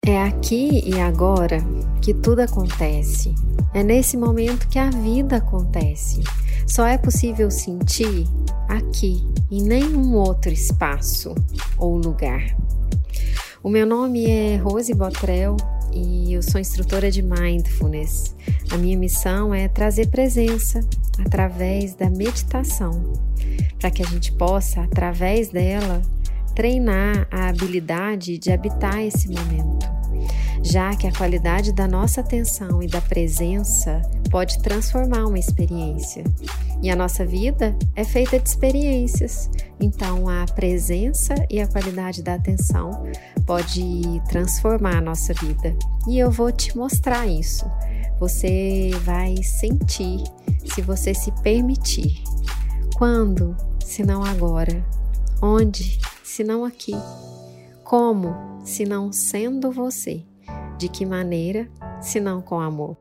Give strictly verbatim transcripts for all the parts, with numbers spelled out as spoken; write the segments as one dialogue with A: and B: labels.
A: É aqui e agora que tudo acontece. É nesse momento que a vida acontece. Só é possível sentir aqui, em nenhum outro espaço ou lugar. O meu nome é Rose Botrel e eu sou instrutora de Mindfulness. A minha missão é trazer presença através da meditação, para que a gente possa, através dela, treinar a habilidade de habitar esse momento, já que a qualidade da nossa atenção e da presença pode transformar uma experiência. E a nossa vida é feita de experiências, então a presença e a qualidade da atenção pode transformar a nossa vida. E eu vou te mostrar isso. Você vai sentir se você se permitir. Quando, se não agora? Onde, se não aqui? Como, se não sendo você? De que maneira, se não com amor?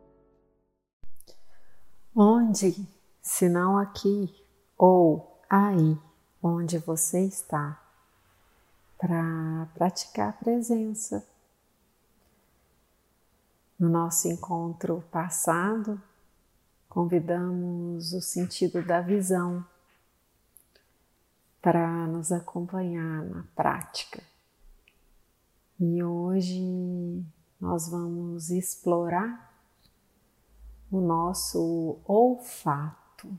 A: Onde, se não aqui ou aí, onde você está, para praticar a presença. No nosso encontro passado, convidamos o sentido da visão para nos acompanhar na prática. E hoje nós vamos explorar o nosso olfato.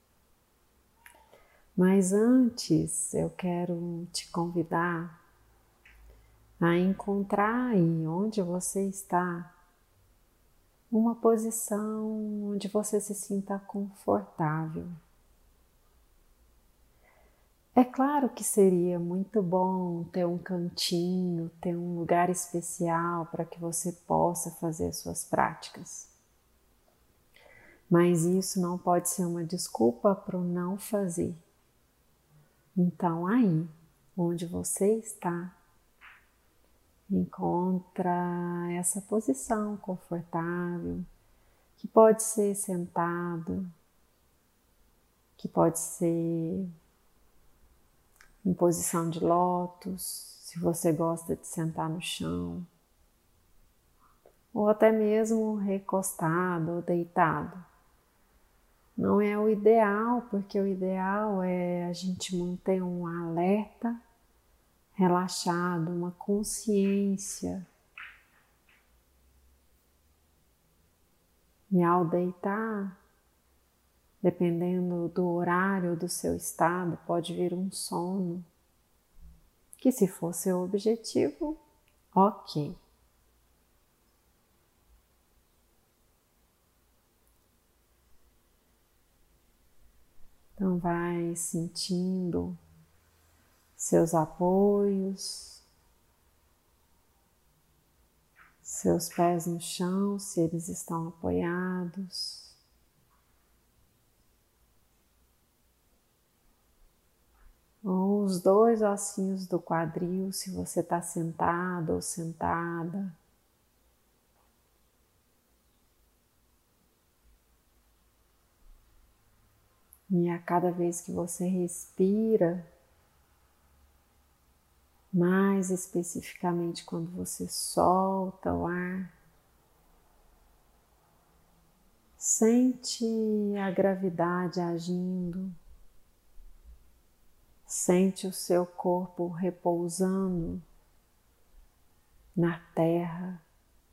A: Mas antes eu quero te convidar a encontrar aí onde você está uma posição onde você se sinta confortável. É claro que seria muito bom ter um cantinho, ter um lugar especial para que você possa fazer suas práticas. Mas isso não pode ser uma desculpa para o não fazer. Então aí, onde você está, encontra essa posição confortável, que pode ser sentado, que pode ser em posição de lótus, se você gosta de sentar no chão, ou até mesmo recostado ou deitado. Não é o ideal, porque o ideal é a gente manter um alerta, relaxado, uma consciência. E ao deitar, dependendo do horário do seu estado, pode vir um sono, que se for seu objetivo, ok. Então vai sentindo seus apoios, seus pés no chão, se eles estão apoiados. Ou os dois ossinhos do quadril, se você está sentado ou sentada. E a cada vez que você respira, mais especificamente quando você solta o ar, sente a gravidade agindo, sente o seu corpo repousando na terra.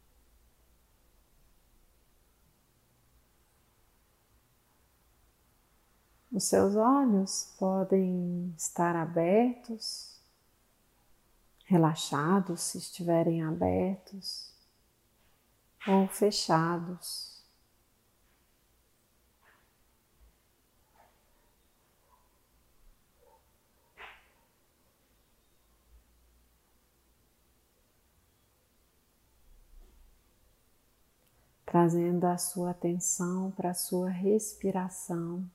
A: Os seus olhos podem estar abertos, relaxados se estiverem abertos, ou fechados. Trazendo a sua atenção para a sua respiração.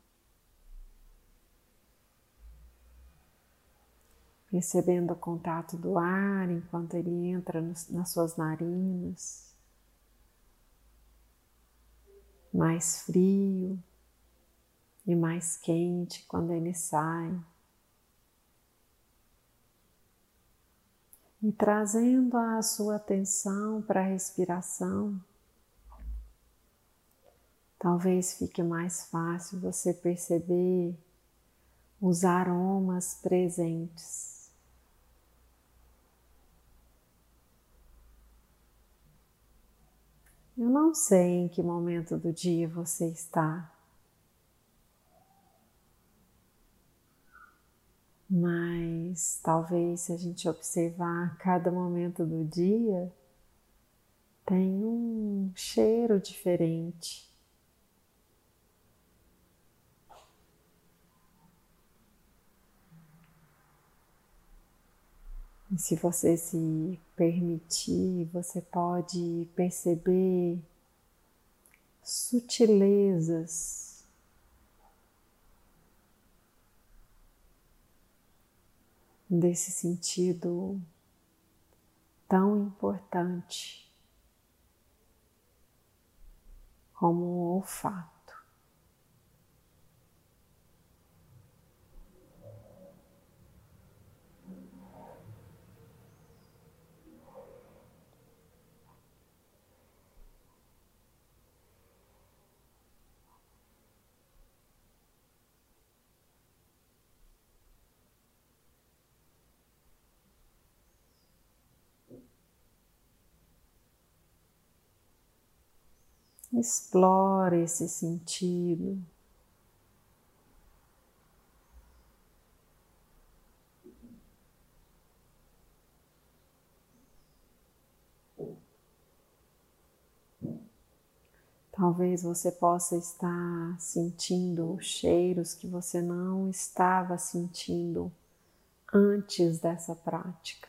A: Percebendo o contato do ar enquanto ele entra nas suas narinas, mais frio e mais quente quando ele sai. E trazendo a sua atenção para a respiração, talvez fique mais fácil você perceber os aromas presentes. Eu não sei em que momento do dia você está, mas talvez se a gente observar cada momento do dia, tem um cheiro diferente. E se você se permitir, você pode perceber sutilezas desse sentido tão importante como o olfato. Explore esse sentido. Talvez você possa estar sentindo cheiros que você não estava sentindo antes dessa prática.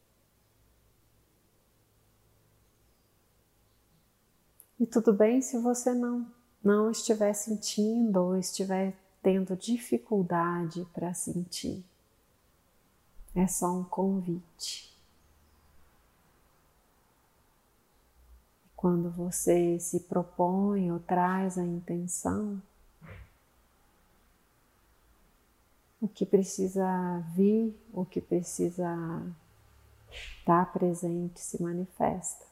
A: E tudo bem se você não, não estiver sentindo ou estiver tendo dificuldade para sentir. É só um convite. Quando você se propõe ou traz a intenção, o que precisa vir, o que precisa estar presente se manifesta.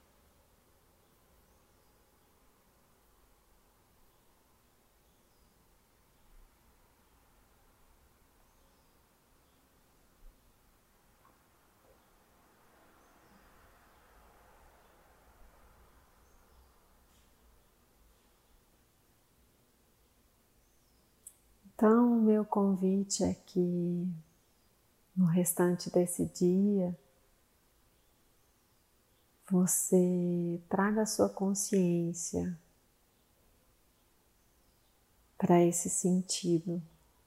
A: Então, o meu convite é que no restante desse dia, você traga a sua consciência para esse sentido.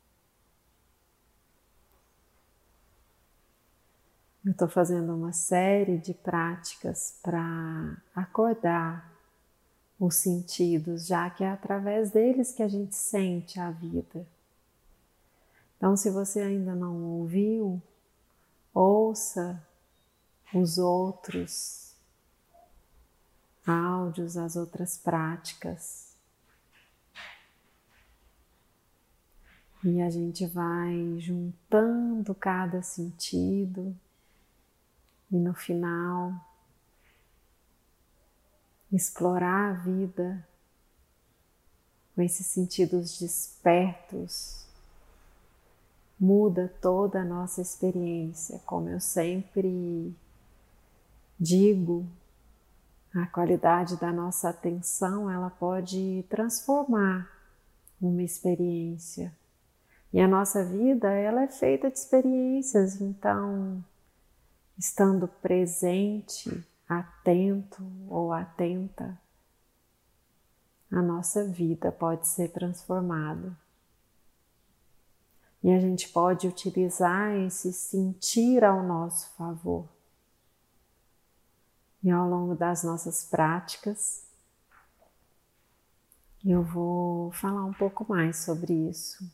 A: Eu estou fazendo uma série de práticas para acordar os sentidos, já que é através deles que a gente sente a vida. Então, se você ainda não ouviu, ouça os outros áudios, as outras práticas. E a gente vai juntando cada sentido e no final explorar a vida com esses sentidos despertos muda toda a nossa experiência. Como eu sempre digo, a qualidade da nossa atenção, ela pode transformar uma experiência. E a nossa vida, ela é feita de experiências, então, estando presente, atento ou atenta, a nossa vida pode ser transformada. E a gente pode utilizar esse sentir ao nosso favor. E ao longo das nossas práticas, eu vou falar um pouco mais sobre isso.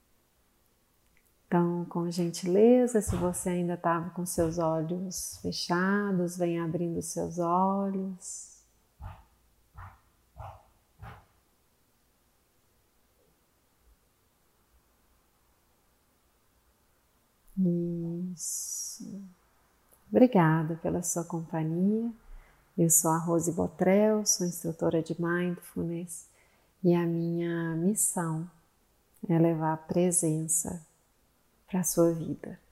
A: Então, com gentileza, se você ainda estava com seus olhos fechados, venha abrindo seus olhos. Isso. Obrigada pela sua companhia. Eu sou a Rose Botrel, sou instrutora de Mindfulness e a minha missão é levar a presença para a sua vida.